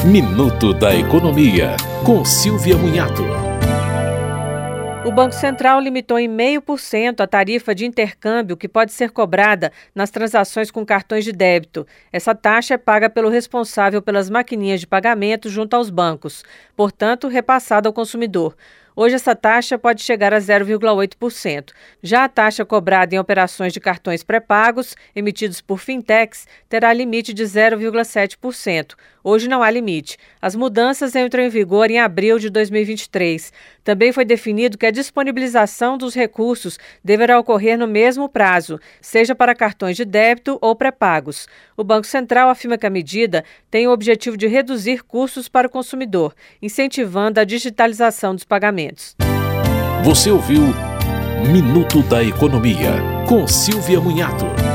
Minuto da Economia, com Silvia Munhato. O Banco Central limitou em 0,5% a tarifa de intercâmbio que pode ser cobrada nas transações com cartões de débito. Essa taxa é paga pelo responsável pelas maquininhas de pagamento junto aos bancos, portanto, repassada ao consumidor. Hoje, essa taxa pode chegar a 0,8%. Já a taxa cobrada em operações de cartões pré-pagos, emitidos por fintechs, terá limite de 0,7%. Hoje não há limite. As mudanças entram em vigor em abril de 2023. Também foi definido que a disponibilização dos recursos deverá ocorrer no mesmo prazo, seja para cartões de débito ou pré-pagos. O Banco Central afirma que a medida tem o objetivo de reduzir custos para o consumidor, incentivando a digitalização dos pagamentos. Você ouviu Minuto da Economia, com Silvia Munhato.